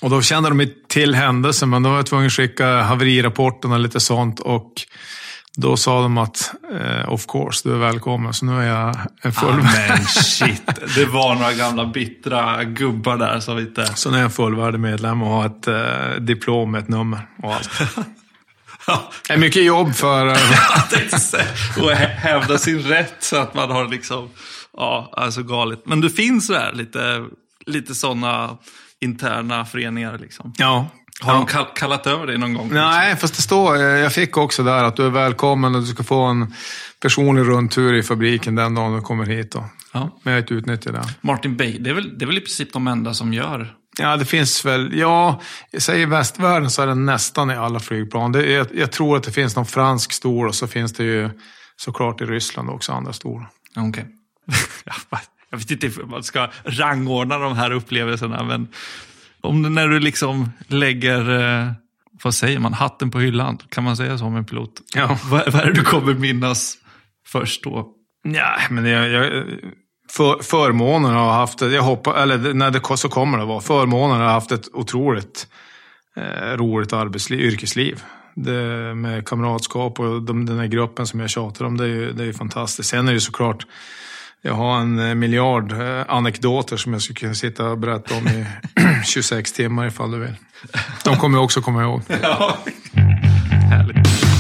Och då kände de till händelsen, men då var jag tvungen att skicka haverirapporten och lite sånt. Och då sa de att, eh, of course, du är välkommen. Så nu är jag en full... Ah, men shit, det var några gamla bittra gubbar där som inte... Så nu är jag en fullvärdig medlem och har ett eh, diplom med ett nummer och allt. Ja. Det är mycket jobb för... och hävda sin rätt så att man har liksom... Ja, alltså galet. Men det finns där lite, lite sådana interna föreningar liksom. Ja. Har ja. de kall- kallat över dig någon gång? Nej, liksom? Fast det står... Jag fick också där att du är välkommen och du ska få en personlig rundtur i fabriken den dagen du kommer hit då. Ja. Men jag har inte utnyttjat det. Martin Bay, det är, väl, det är väl i princip de enda som gör... Ja, det finns väl... Ja, jag säger i västvärlden så är det nästan i alla flygplan. Det är, jag tror att det finns någon fransk stor och så finns det ju såklart i Ryssland också andra stora. Okej. Okay. Jag vet inte om man ska rangordna de här upplevelserna, men om det, när du liksom lägger, eh, vad säger man, hatten på hyllan, kan man säga så om en pilot? Ja. Vad, vad är det du kommer minnas först då? Ja, men jag, jag, för, förmånen har haft, jag hoppas, eller när det så kommer det vara, förmånen har haft ett otroligt eh, roligt arbetsliv, yrkesliv. Det med kamratskap och de, den här gruppen som jag tjatar om, det är ju, det är ju fantastiskt. Sen är det ju såklart, jag har en miljard eh, anekdoter som jag skulle kunna sitta och berätta om i tjugosex timmar ifall du vill. De kommer jag också komma ihåg. Ja. Härligt.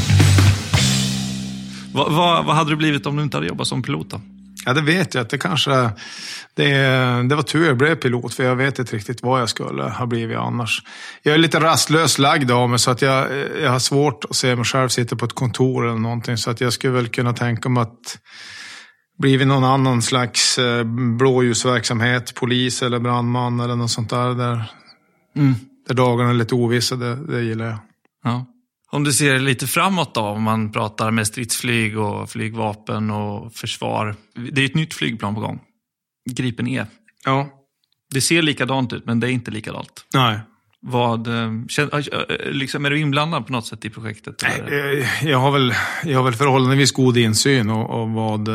Vad, vad, vad hade det blivit om du inte hade jobbat som pilot då? Ja, det vet jag. Att det kanske det, det var tur jag blev pilot, för jag vet inte riktigt vad jag skulle ha blivit annars. Jag är lite rastlös lagd av mig, så att jag, jag har svårt att se mig själv sitta på ett kontor eller någonting, så att jag skulle väl kunna tänka mig att blivit någon annan slags blåljusverksamhet, polis eller brandman eller något sånt där, där, mm. där dagarna är lite ovissa, det, det gillar jag. Ja. Om du ser lite framåt då, om man pratar med stridsflyg och flygvapen och försvar. Det är ett nytt flygplan på gång. Gripen E. Ja. Det ser likadant ut, men det är inte likadant. Nej. Vad, liksom, är du inblandad på något sätt i projektet? Nej, jag har väl, jag har väl förhållandevis god insyn och, och vad,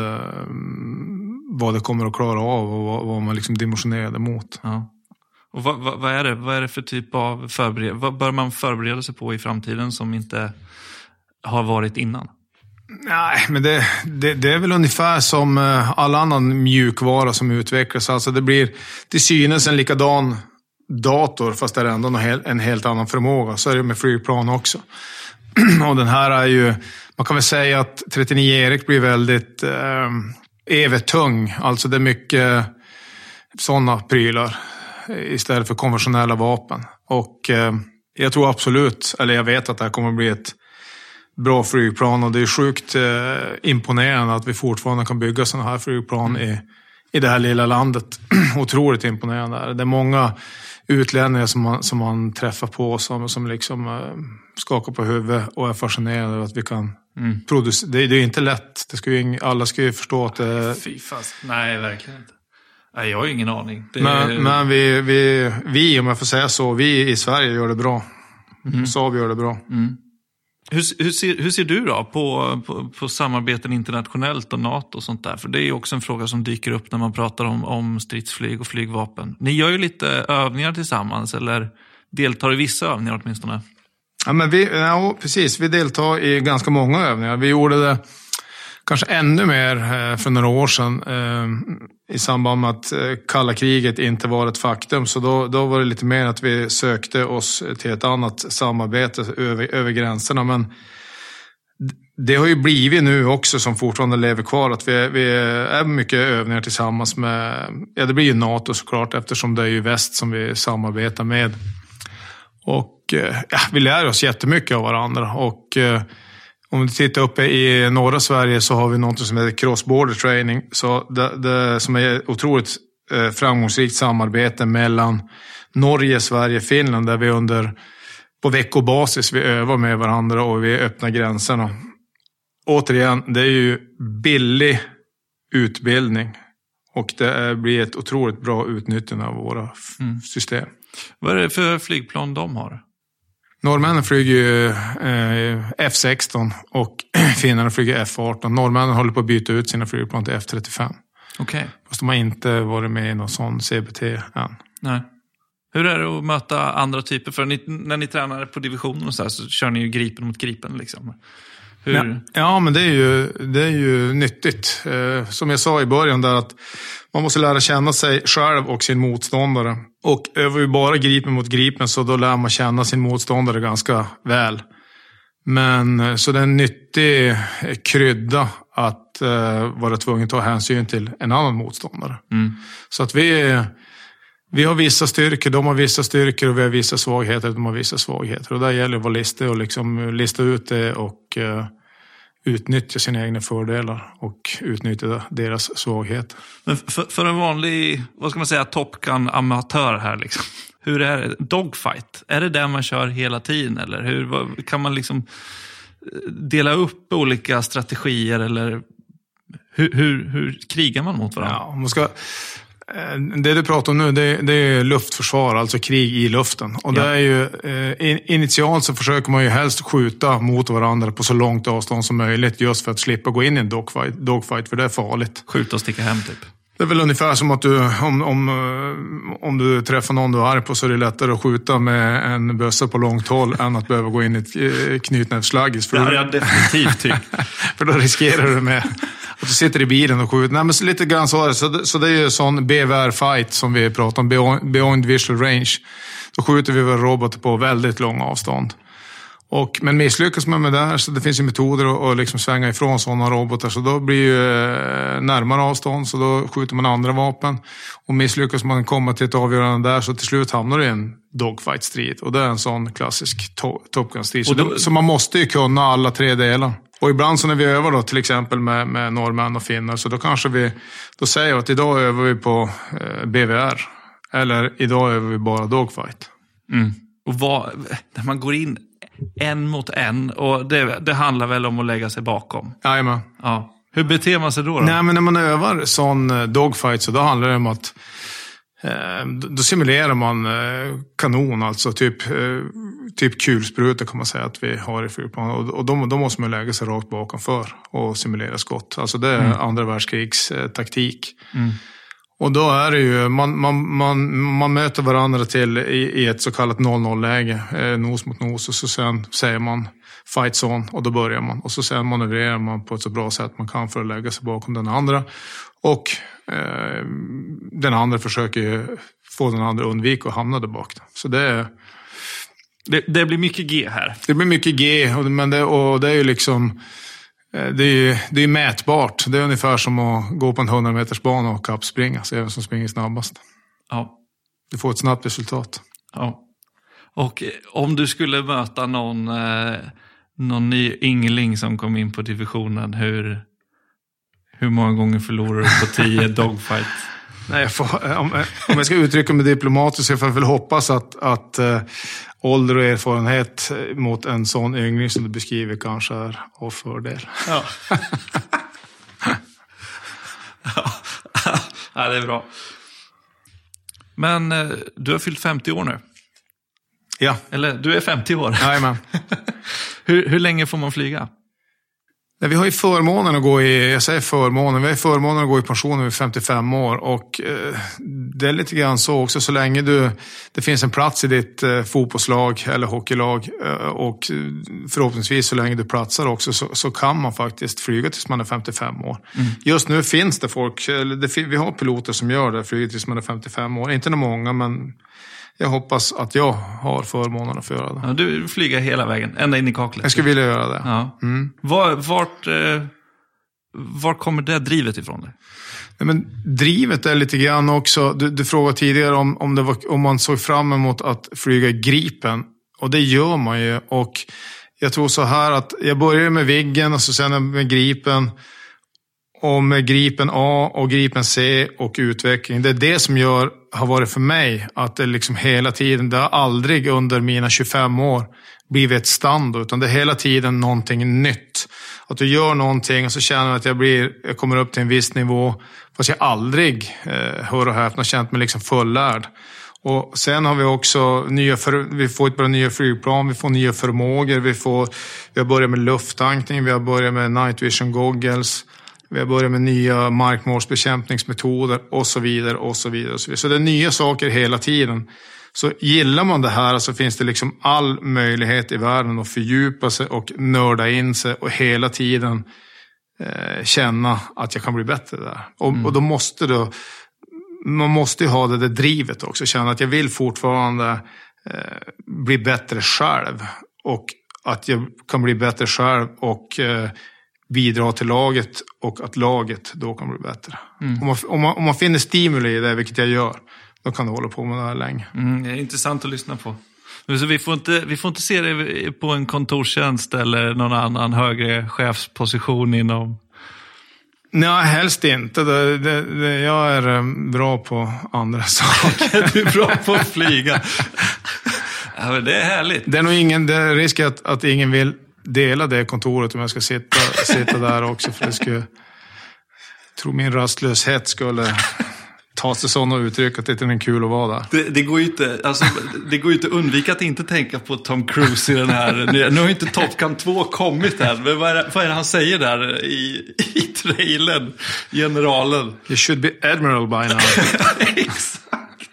vad det kommer att klara av och vad, vad man liksom dimensionerar det mot. Ja. Och vad, vad, vad, är det? vad är det för typ av förberedelse? Vad bör man förbereda sig på i framtiden som inte har varit innan? Nej, men det, det, det är väl ungefär som all annan mjukvara som utvecklas. Alltså det blir till synes en likadan dator, fast det är ändå en helt annan förmåga. Så är det med flygplan också. Och den här är ju, man kan väl säga att trettionio Erik blir väldigt eh, evigt-tung. Alltså det är mycket sådana prylar istället för konventionella vapen. Och eh, jag tror absolut, eller jag vet att det här kommer att bli ett bra flygplan, och det är sjukt eh, imponerande att vi fortfarande kan bygga sådana här flygplan mm. i, i det här lilla landet. Otroligt imponerande. Det är många utlänningar som man, som man träffar på som, som liksom eh, skakar på huvudet och är fascinerade över att vi kan mm. producera. Det, det är inte lätt. Det ska ju, alla ska ju förstå att det... Fy fast. Nej, verkligen inte. Nej, jag har ingen aning. Det men är... men vi, vi, vi, om jag får säga så, vi i Sverige gör det bra. Mm. Saab gör det bra. Mm. Hur, hur, ser, hur ser du då på, på, på samarbeten internationellt och NATO och sånt där? För det är ju också en fråga som dyker upp när man pratar om, om stridsflyg och flygvapen. Ni gör ju lite övningar tillsammans, eller deltar i vissa övningar åtminstone. Ja, men vi, ja, precis. Vi deltar i ganska många övningar. Vi gjorde det kanske ännu mer för några år sedan eh, i samband med att kalla kriget inte var ett faktum. Så då, då var det lite mer att vi sökte oss till ett annat samarbete över, över gränserna. Men det har ju blivit nu också, som fortfarande lever kvar, att vi, vi är mycket övningar tillsammans med, ja, det blir ju NATO såklart, eftersom det är ju väst som vi samarbetar med. Och ja, vi lär oss jättemycket av varandra. Och om vi tittar uppe i norra Sverige så har vi något som heter cross-border training. Så det, det som är otroligt eh, framgångsrikt samarbete mellan Norge, Sverige, Finland, där vi under på veckobasis vi övar med varandra och vi öppnar gränserna. Återigen, det är ju billig utbildning och det blir ett otroligt bra utnyttjande av våra mm. system. Vad är det för flygplan de har? Norrmännen flyger ju eh, F sexton och finnarna flyger F arton. Norrmännen håller på att byta ut sina flygplan till F trettiofem. Okej. Okay. Fast de har inte varit med i någon sån C B T än. Nej. Hur är det att möta andra typer? För ni, när ni tränar på divisionen och så, här, så kör ni ju gripen mot gripen liksom. Hur? Ja, ja, men det är ju, det är ju nyttigt. Eh, som jag sa i början där, att man måste lära känna sig själv och sin motståndare. Och övar vi bara gripen mot gripen, så då lär man känna sin motståndare ganska väl. Men så det är en nyttig krydda att eh, vara tvungen att ta hänsyn till en annan motståndare. Mm. Så att vi, vi har vissa styrkor, de har vissa styrkor, och vi har vissa svagheter, de har vissa svagheter. Och där gäller det att vara listig och liksom lista ut det och eh, utnyttja sina egna fördelar och utnyttja deras svagheter. Men för, för en vanlig, vad ska man säga, Top Gun-amatör här liksom. Hur är det? Dogfight? Är det där man kör hela tiden? Eller hur vad, kan man liksom dela upp olika strategier? Eller hur, hur, hur krigar man mot varandra? Ja, man ska, det du pratar om nu, det, det är luftförsvar, alltså krig i luften. Och ja. det är ju, eh, initialt så försöker man ju helst skjuta mot varandra på så långt avstånd som möjligt, just för att slippa gå in i en dogfight, dogfight för det är farligt. Skjuta och sticka hem typ. Det är väl ungefär som att du, om, om, om du träffar någon du är arg på, så är det lättare att skjuta med en bössa på långt håll än att behöva gå in i ett knytnävsslaggis. Det har jag definitivt tyckt. För då riskerar du med att du sitter i bilen och skjuter. Nej, men så lite grann så är det. Så det, så det är ju sån B V R-fight som vi pratar om, beyond, beyond visual range. Då skjuter vi väl robotar på väldigt långa avstånd. Och, men misslyckas man med det här, så det finns ju metoder att, att liksom svänga ifrån sådana robotar, så då blir ju närmare avstånd, så då skjuter man andra vapen. Och misslyckas man komma till ett avgörande där, så till slut hamnar det i en dogfight-strid. Och det är en sån klassisk to- Top Gun-strid. Så, då, så man måste ju kunna alla tre delar. Och ibland så när vi övar då, till exempel med, med norrmän och finnar, så då kanske vi, då säger vi att idag övar vi på eh, B V R. Eller idag övar vi bara dogfight. Mm. Och vad, när man går in en mot en, och det, det handlar väl om att lägga sig bakom. Jajamän. Ja. Hur beter man sig då, då? Nej, men när man övar sån dogfight, så då handlar det om att eh, då simulerar man eh, kanon, alltså typ, eh, typ kulsprutor kan man säga att vi har i flygplan. Och, och då, då måste man lägga sig rakt bakom för och simulera skott. Alltså det är mm. andra världskrigs eh, taktik. Mm. Och då är det ju, man, man, man, man möter varandra till i, i ett så kallat noll noll-läge, eh, nos mot nos, och så sen säger man fight on, och då börjar man. Och så sen manövrerar man på ett så bra sätt man kan för att lägga sig bakom den andra. Och eh, den andra försöker ju få den andra undvika och hamna där bak. Så det är... Det, det blir mycket G här. Det blir mycket G, och, men det, och det är ju liksom... Det är ju det är mätbart. Det är ungefär som att gå på en hundra meters bana och kappspringa. Så även som springer snabbast. Ja. Du får ett snabbt resultat. Ja. Och om du skulle möta någon, eh, någon ny yngling som kom in på divisionen, hur, hur många gånger förlorar du på tio dogfight? Nej, jag får, om, om jag ska uttrycka mig diplomatiskt, så jag får väl hoppas att, att äh, ålder och erfarenhet mot en sån yngling som du beskriver kanske är av fördel. Ja. Ja, det är bra. Men äh, du har fyllt femtio år nu. Ja. Eller du är femtio år. Jajamän. hur, hur länge får man flyga? Nej, vi har ju förmånen att gå i, jag säger förmånen, vi har förmånen att gå i pension när vi är femtiofem år, och eh, det är lite grann så också, så länge du, det finns en plats i ditt eh, fotbollslag eller hockeylag eh, och förhoppningsvis så länge du platsar också, så, så kan man faktiskt flyga tills man är femtiofem år. Mm. Just nu finns det folk, eller det, vi har piloter som gör det, flyger tills man är femtiofem år, inte några många, men jag hoppas att jag har förmånen att få göra det. Ja, du flyger hela vägen, ända in i kaklet. Jag skulle vilja göra det. Ja. Mm. Var, vart, eh, var kommer det drivet ifrån dig? Ja, men drivet är lite grann också, du, du frågade tidigare om, om, det var, om man såg fram emot att flyga Gripen. Och det gör man ju. Och jag tror så här att jag började med Viggen och så sen med Gripen. Och med Gripen A och Gripen C och utveckling. Det är det som gör, har varit för mig, att det liksom hela tiden, det har aldrig under mina tjugofem år blivit ett standard, utan det är hela tiden någonting nytt. Att du gör någonting och så känner jag att jag blir, jag kommer upp till en viss nivå, fast jag aldrig, eh, hör och häpna, känt mig liksom fullärd. Och sen har vi också nya, för, vi får ett bra nya flygplan, vi får nya förmågor, vi får, vi har börjat med lufttankning, vi har börjat med night vision goggles, vi har börjat med nya markmålsbekämpningsmetoder och så vidare och så vidare och så vidare. Så det är nya saker hela tiden Så gillar man det här så finns det liksom all möjlighet i världen att fördjupa sig och nörda in sig och hela tiden eh, känna att jag kan bli bättre där. Och, mm. och då måste då, man måste ju ha det där drivet också. Känna att jag vill fortfarande eh, bli bättre själv. Och att jag kan bli bättre själv och eh, bidra till laget och att laget då kan bli bättre. Mm. Om, man, om, man, om man finner stimuli i det, vilket jag gör, då kan du hålla på med det här länge. Mm, det är intressant att lyssna på. Så vi, får inte, vi får inte se det på en kontorstjänst eller någon annan högre chefsposition inom... Nej, helst inte. Det, det, det, jag är bra på andra saker. Du är bra på att flyga. Ja, men det är härligt. Det är nog ingen, det är risk att, att ingen vill dela det kontoret om jag ska sitta, sitta där också. För det skulle, jag tror min rastlöshet skulle ta sig sådana uttryck att det är en kul att vara där. Det, det går ju inte, alltså, det går ju inte att undvika att inte tänka på Tom Cruise i den här. Nu har ju inte Top Gun två kommit än. Men vad är, det, vad är det han säger där i, i trailern? Generalen. You should be admiral by now. Exakt.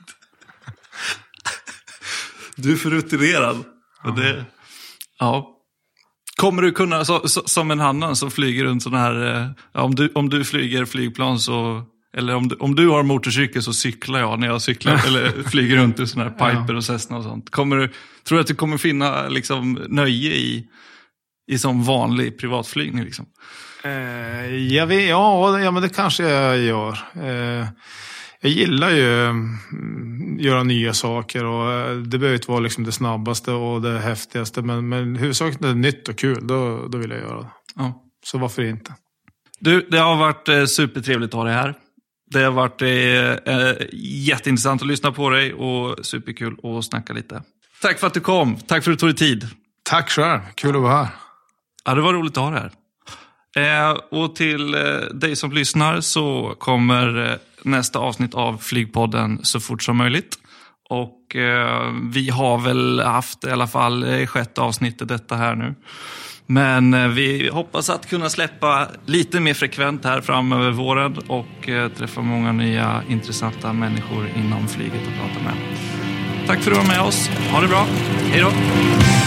Du är för rutinerad. Ja. Det, ja. Kommer du kunna, så, så, som en annan som flyger runt sån här, ja, om, du, om du flyger flygplan så, eller om du, om du har motorcykel så cyklar jag när jag cyklar, eller flyger runt i såna här Piper och Cessna och sånt. Kommer du, tror du att du kommer finna liksom nöje i, i som vanlig privatflygning liksom? Eh, jag vet, ja, ja, men det kanske jag gör. Eh, Jag gillar ju att göra nya saker och det behöver inte vara liksom det snabbaste och det häftigaste. Men, men huvudsakligen är det nytt och kul, då, då vill jag göra det. Ja. Så varför inte? Du, det har varit eh, supertrevligt att ha dig här. Det har varit eh, jätteintressant att lyssna på dig och superkul att snacka lite. Tack för att du kom. Tack för att du tog dig tid. Tack själv. Kul att vara här. Ja, det var roligt att ha dig här. Eh, och till eh, dig som lyssnar så kommer eh, nästa avsnitt av Flygpodden så fort som möjligt. Och eh, vi har väl haft i alla fall eh, sjätte avsnittet detta här nu. Men eh, vi hoppas att kunna släppa lite mer frekvent här framöver våren och eh, träffa många nya intressanta människor inom flyget och prata med. Tack för att du var med oss. Ha det bra. Hej då.